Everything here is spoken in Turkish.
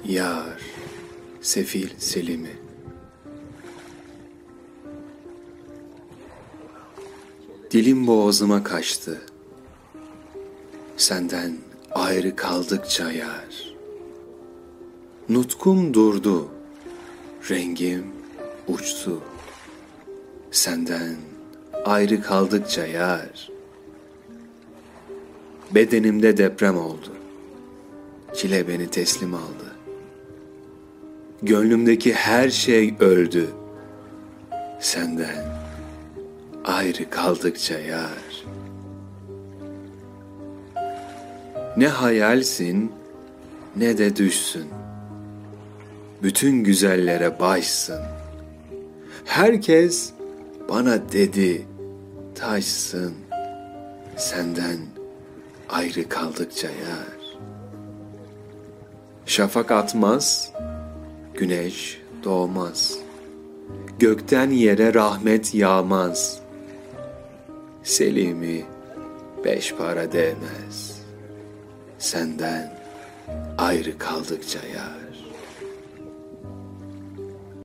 Yar, sefil Selim'i. Dilim boğazıma kaçtı, senden ayrı kaldıkça yar. Nutkum durdu, rengim uçtu, senden ayrı kaldıkça yar. Bedenimde deprem oldu, çile beni teslim aldı. Gönlümdeki her şey öldü, senden ayrı kaldıkça yar. Ne hayalsin ne de düşsün, bütün güzellere başsın. Herkes bana dedi taşsın, senden ayrı kaldıkça yar. Şafak atmaz, güneş doğmaz, gökten yere rahmet yağmaz. Selim'i 5 para değmez, senden ayrı kaldıkça yar.